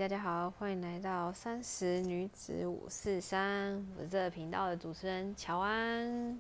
大家好，欢迎来到30女子543，我是这个频道的主持人乔安。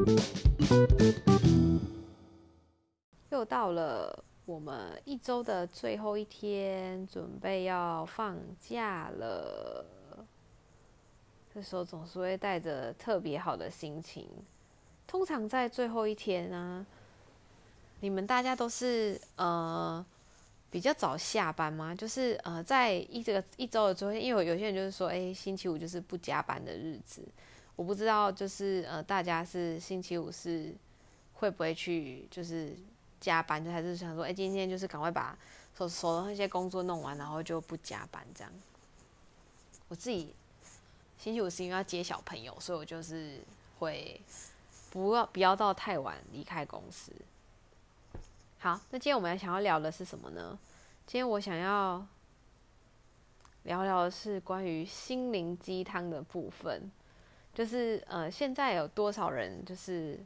又到了我们一周的最后一天，准备要放假了。这时候总是会带着特别好的心情。通常在最后一天啊，你们大家都是比较早下班吗？就是在一周的最后，因为有些人就是说，星期五就是不加班的日子。我不知道，就是大家是星期五是会不会去就是加班，就还是想说，今天就是赶快把手的那些工作弄完，然后就不加班这样。我自己星期五是因为要接小朋友，所以我就是会不要到太晚离开公司。好，那今天我们想要聊的是什么呢？今天我想要聊聊的是关于心灵鸡汤的部分，就是现在有多少人，就是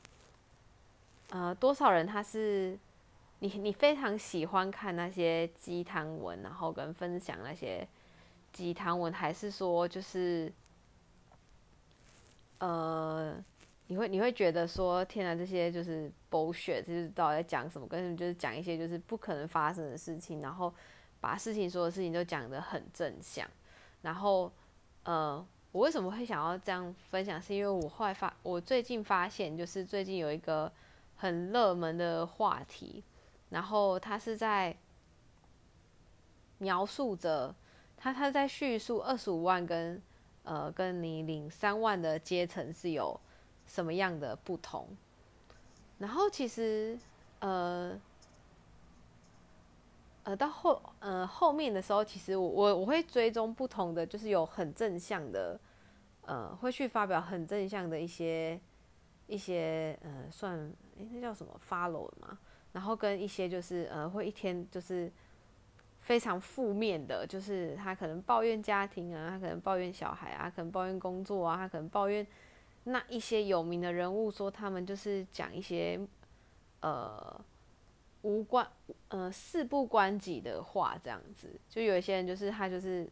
多少人他是你非常喜欢看那些鸡汤文，然后跟分享那些鸡汤文，还是说就是呃你会觉得说，天啊，这些就是 bullshit，就是到底在讲什么？跟就是讲一些就是不可能发生的事情，然后把所有事情都讲得很正向。然后，我为什么会想要这样分享？是因为我最近发现，就是最近有一个很热门的话题，然后它是在描述着他在叙述25万跟你领3万的阶层是有什么样的不同。然后其实呃到后面的时候，其实我会追踪不同的，就是有很正向的，会去发表很正向的一些算那叫什么 follow 嘛，然后跟一些就是会一天就是非常负面的，就是他可能抱怨家庭啊，他可能抱怨小孩啊，可能抱怨工作啊，他可能抱怨那一些有名的人物，说他们就是讲一些呃无关事不关己的话，这样子。就有一些人就是他就是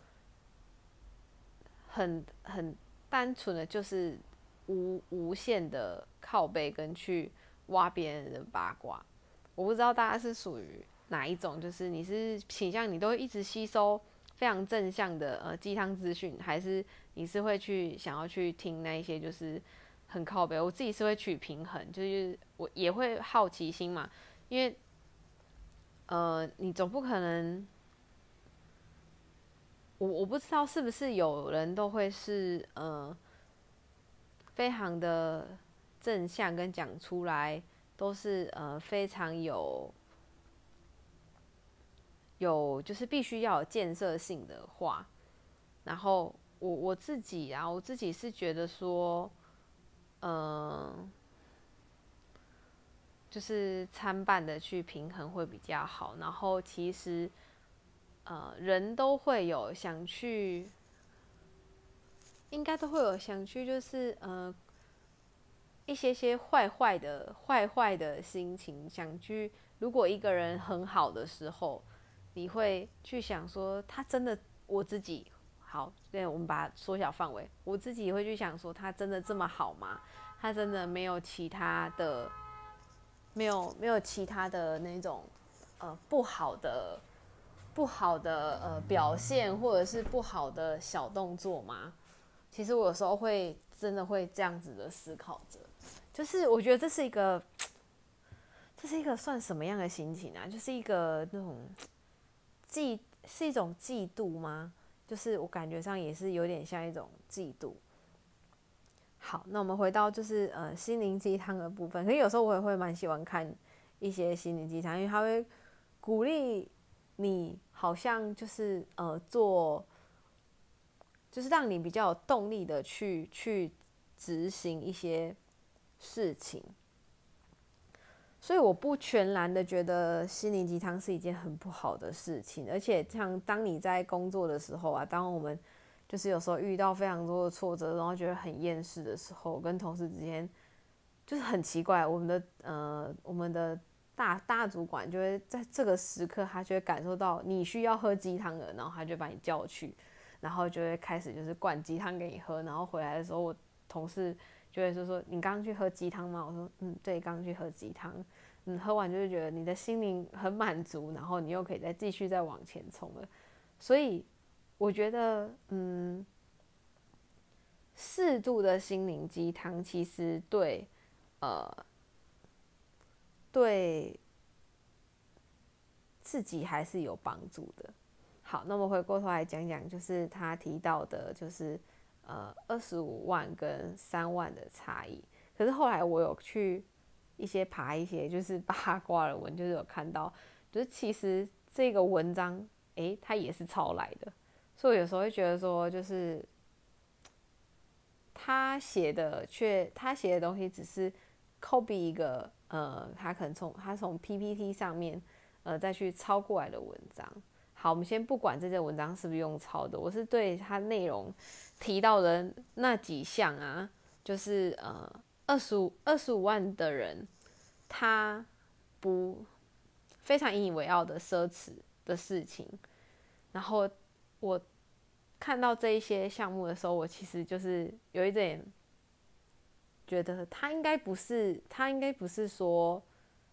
很单纯的就是无限的靠背跟去挖别人的八卦。我不知道大家是属于哪一种，就是你是倾向你都会一直吸收非常正向的鸡汤资讯，还是你是会去想要去听那一些就是很靠北？我自己是会取平衡，就是我也会好奇心嘛，因为你总不可能，我不知道是不是有人都会是非常的正向跟讲出来都是非常有就是必须要有建设性的话。然后我自己啊，我自己是觉得说，就是参半的去平衡会比较好。然后其实人都会有想去，应该都会有想去，就是一些坏坏的心情，想去。如果一个人很好的时候，你会去想说，他真的我自己好，对，我们把它缩小范围，我自己会去想说，他真的这么好吗？他真的没有其他的，没有其他的那种不好的表现，或者是不好的小动作吗？其实我有时候会真的会这样子的思考着，就是我觉得这是一个算什么样的心情啊？就是一个那种是一种嫉妒吗？就是我感觉上也是有点像一种嫉妒。好，那我们回到就是心灵鸡汤的部分。可是有时候我也会蛮喜欢看一些心灵鸡汤，因为它会鼓励你，好像就是做，就是让你比较有动力的去执行一些事情。所以我不全然的觉得心灵鸡汤是一件很不好的事情，而且像当你在工作的时候啊，当我们就是有时候遇到非常多的挫折，然后觉得很厌世的时候，跟同事之间就是很奇怪，我们的大主管就会在这个时刻，他就会感受到你需要喝鸡汤了，然后他就把你叫去，然后就会开始就是灌鸡汤给你喝，然后回来的时候，我同事就会说你刚刚去喝鸡汤吗？我说对，刚刚去喝鸡汤。喝完就是觉得你的心灵很满足，然后你又可以再继续再往前冲了。所以我觉得适度的心灵鸡汤其实对自己还是有帮助的。好，那么回过头来讲讲，就是他提到的，就是25万跟3万的差异。可是后来我有去爬一些就是八卦的文，就是有看到，就是其实这个文章，它也是抄来的。所以我有时候会觉得说，就是他写的东西只是 copy 一个他可能从 PPT 上面再去抄过来的文章。好，我们先不管这篇文章是不是用抄的，我是对他内容提到的那几项啊，就是25万的人，他不非常引以为傲的奢侈的事情。然后我看到这一些项目的时候，我其实就是有一点觉得他应该不是说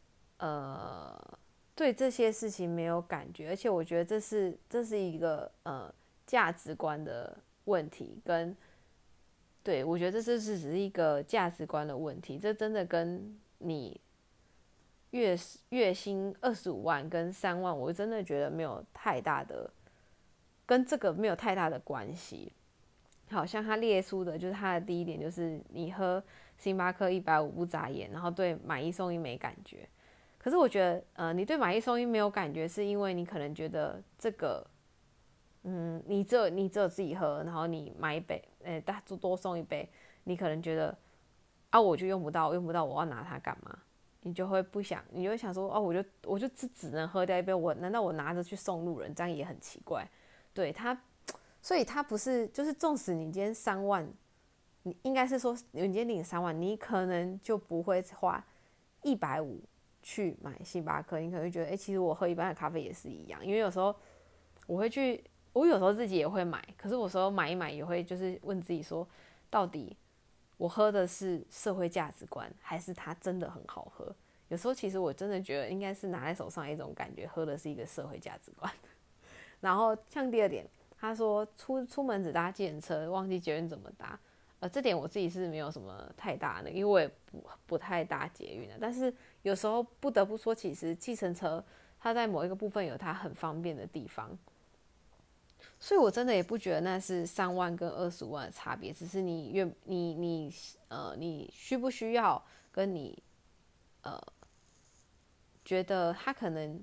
对这些事情没有感觉，而且我觉得这是一个价值观的问题，对，我觉得这只是一个价值观的问题，这真的跟你月薪25万跟3万，我真的觉得没有太大的跟这个没有太大的关系。好像他列出的就是他的第一点，就是你喝星巴克150不眨眼，然后对买一送一没感觉。可是我觉得，你对买一送一没有感觉，是因为你可能觉得这个，你只有自己喝，然后你买一杯，多送一杯，你可能觉得啊，我就用不到，我要拿它干嘛？你就会不想，你就会想说，哦，我就只能喝掉一杯，难道我拿着去送路人，这样也很奇怪？对他，所以他不是，就是纵使你今天3万，你应该是说你今天领3万，你可能就不会花150去买星巴克，你可能会觉得，其实我喝一般的咖啡也是一样，因为有时候我有时候自己也会买，可是我有时候买一买也会就是问自己说，到底我喝的是社会价值观，还是它真的很好喝？有时候其实我真的觉得应该是拿在手上的一种感觉，喝的是一个社会价值观。然后像第二点，他说出门只搭计程车，忘记捷运怎么搭。这点我自己是没有什么太大的，因为我也不太搭捷运的。但是有时候不得不说，其实计程车它在某一个部分有它很方便的地方，所以我真的也不觉得那是3万跟25万的差别，只是你需不需要，跟你觉得他可能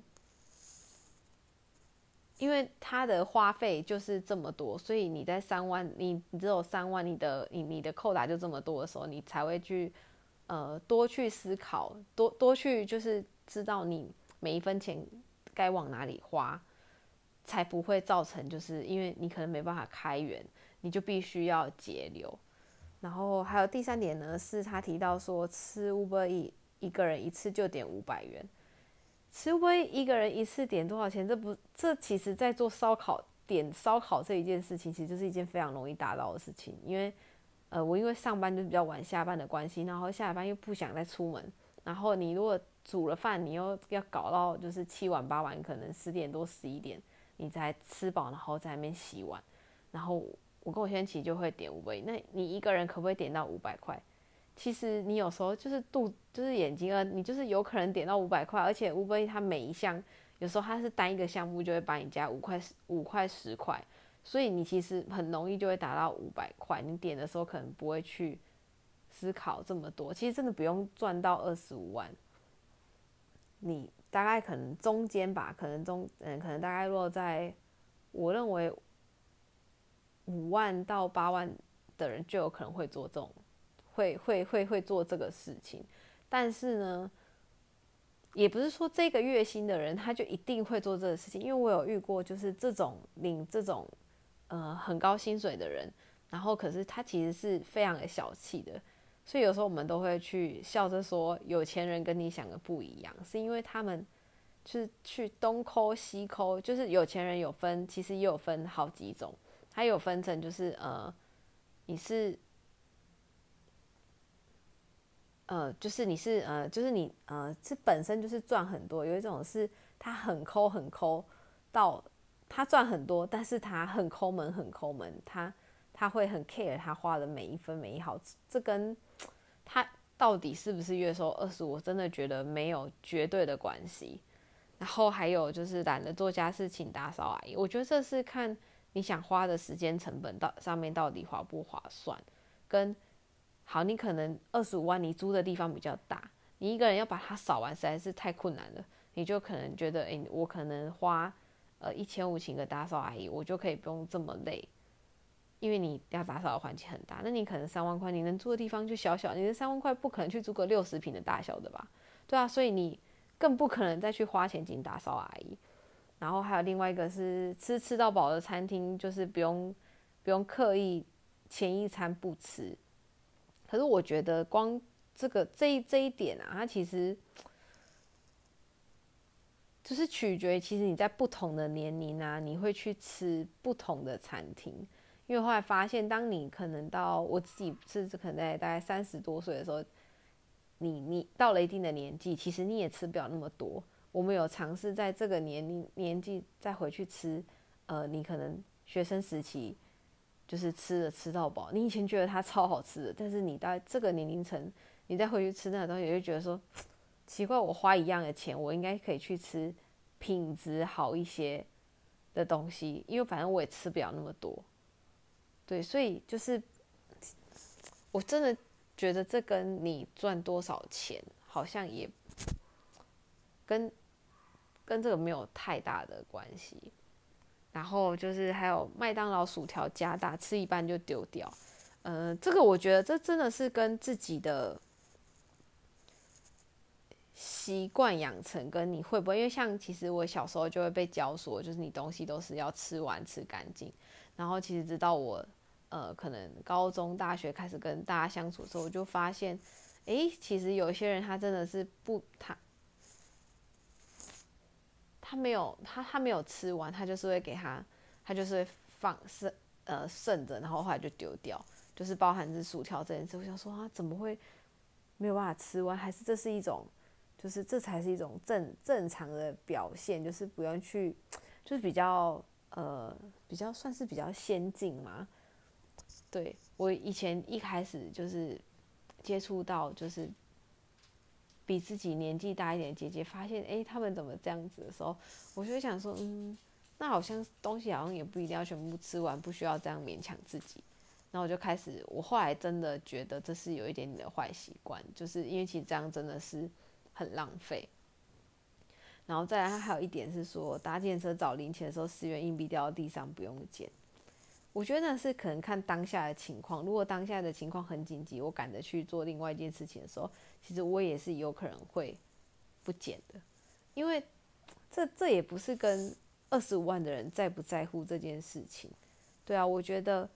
因为他的花费就是这么多，所以你在3万，你只有3万，你的扣打就这么多的时候，你才会去多去思考，多去就是知道你每一分钱该往哪里花，才不会造成就是因为你可能没办法开源，你就必须要节流。然后还有第三点呢，是他提到说吃 Uber Eats 一个人一次就点500元。吃 Uber Eats 一个人一次点多少钱？这其实在做点烧烤这一件事情，其实就是一件非常容易达到的事情。因为我因为上班就比较晚下班的关系，然后下班又不想再出门，然后你如果煮了饭，你又要搞到就是7晚8晚，可能10点多11点你才吃饱，然后在那边洗碗。然后我跟我先生其实就会点Uber Eats，那你一个人可不可以点到500块？其实你有时候就是就是眼睛你就是有可能点到500块，而且 Uber Eats 它每一项有时候它是单一个项目就会把你加5块10块，所以你其实很容易就会达到500块。你点的时候可能不会去思考这么多，其实真的不用赚到25万，你大概可能中间吧，可能大概落在我认为5万到8万的人就有可能会做这种会做这个事情。但是呢，也不是说这个月薪的人他就一定会做这个事情，因为我有遇过就是领这种很高薪水的人，然后可是他其实是非常的小气的， 所以有时候我们都会去笑着说，有钱人跟你想的不一样，是因为他们就是去东抠西抠，就是有钱人有分，其实也有分好几种，它有分成就是你是就是你是就是你是本身就是赚很多，有一种是他很抠很抠到他赚很多，但是他很抠门很抠门，他会很 care 他花的每一分每一毫，这跟他到底是不是月收25，我真的觉得没有绝对的关系。然后还有就是懒得做家事请打扫阿姨，我觉得这是看你想花的时间成本上面到底划不划算，跟好，你可能25万，你租的地方比较大，你一个人要把它扫完实在是太困难了，你就可能觉得，我可能花1500请个打扫阿姨，我就可以不用这么累，因为你要打扫的环境很大。那你可能3万块，你能租的地方就小小，你的3万块不可能去租个60平的大小的吧？对啊，所以你更不可能再去花钱请打扫阿姨。然后还有另外一个是吃到饱的餐厅，就是不用刻意前一餐不吃。可是我觉得光这一点啊，它其实就是取决于，其实你在不同的年龄啊，你会去吃不同的餐厅。因为后来发现，当你可能到我自己是可能在大概30多岁的时候，你到了一定的年纪，其实你也吃不了那么多。我们有尝试在这个年纪再回去吃，你可能学生时期就是吃到饱，你以前觉得它超好吃的，但是你到这个年龄层，你再回去吃那个东西，就觉得说奇怪，我花一样的钱，我应该可以去吃品质好一些的东西，因为反正我也吃不了那么多。对，所以就是我真的觉得这跟你赚多少钱好像也跟这个没有太大的关系。然后就是还有麦当劳薯条加大，吃一半就丢掉。这个我觉得这真的是跟自己的习惯养成，跟你会不会，因为像其实我小时候就会被教说，就是你东西都是要吃完吃干净。然后其实直到我可能高中、大学开始跟大家相处的时候，我就发现，其实有些人他真的是不他没有吃完，他就是会给他就是会剩着，然后后来就丢掉，就是包含是薯条这件事，我想说他怎么会没有办法吃完，还是这是一种，就是这才是一种正常的表现，就是不用去，就是比较算是比较先进嘛。对，我以前一开始就是接触到就是比自己年纪大一点的姐姐，发现他们怎么这样子的时候，我就想说，那好像东西好像也不一定要全部吃完，不需要这样勉强自己。然后我就开始，我后来真的觉得这是有一点点的坏习惯，就是因为其实这样真的是很浪费。然后再来，还有一点是说，搭电车找零钱的时候，10元硬币掉到地上不用捡。我觉得那是可能看当下的情况，如果当下的情况很紧急，我赶着去做另外一件事情的时候，其实我也是有可能会不捡的，因为这也不是跟25万的人在不在乎这件事情。对啊，我觉得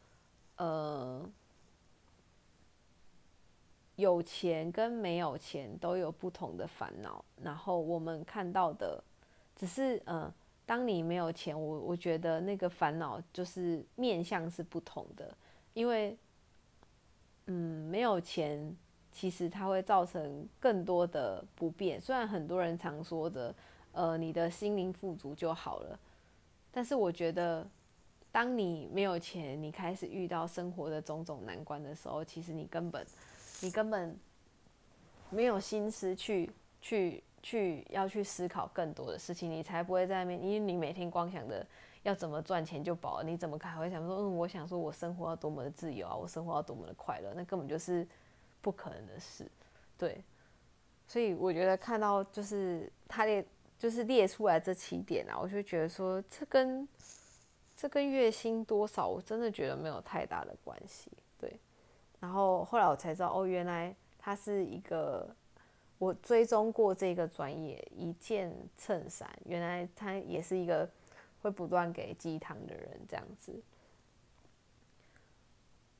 有钱跟没有钱都有不同的烦恼，然后我们看到的只是当你没有钱，我觉得那个烦恼就是面向是不同的，因为没有钱，其实它会造成更多的不便。虽然很多人常说着，你的心灵富足就好了，但是我觉得，当你没有钱，你开始遇到生活的种种难关的时候，其实你根本没有心思要去思考更多的事情，你才不会在那边，因为你每天光想着要怎么赚钱就饱了，你怎么还会想说，我想说我生活要多么的自由啊，我生活要多么的快乐，那根本就是不可能的事。对，所以我觉得看到就是他列出来这7点啊，我就觉得说这跟月薪多少，我真的觉得没有太大的关系。对，然后后来我才知道，原来它是一个我追踪过这个专业一件衬衫，原来他也是一个会不断给鸡汤的人这样子。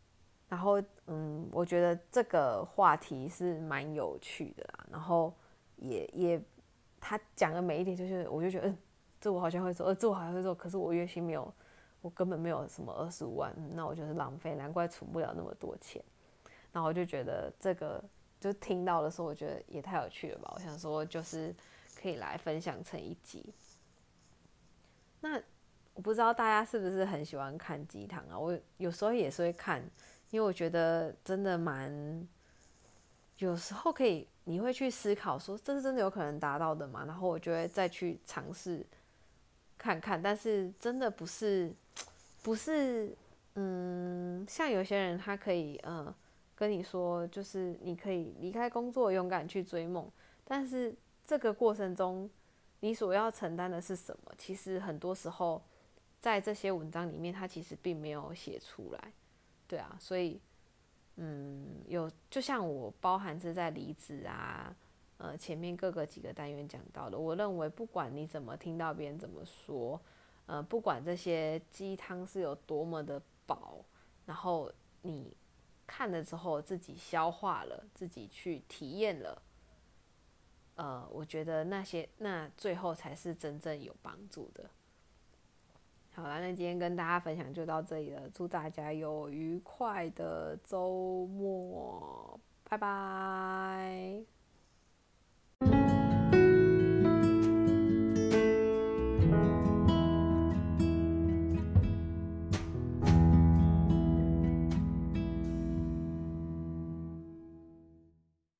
然后我觉得这个话题是蛮有趣的啦，然后也他讲的每一点就是我就觉得这我好像会做，这我好像会做，可是我月薪没有，我根本没有什么25万，那我就是浪费，难怪存不了那么多钱。然后我就觉得这个就听到的时候，我觉得也太有趣了吧！我想说就是可以来分享成一集。那我不知道大家是不是很喜欢看鸡汤啊？我有时候也是会看，因为我觉得真的有时候可以，你会去思考说这是真的有可能达到的吗？然后我就会再去尝试看看，但是真的不是像有些人他可以跟你说，就是你可以离开工作，勇敢去追梦，但是这个过程中你所要承担的是什么？其实很多时候在这些文章里面，他其实并没有写出来，对啊，所以就像我包含是在离职啊，前面几个单元讲到的，我认为不管你怎么听到别人怎么说，不管这些鸡汤是有多么的饱，然后你看了之后自己消化了，自己去体验了，我觉得那最后才是真正有帮助的。好啦，那今天跟大家分享就到这里了，祝大家有愉快的周末，拜拜。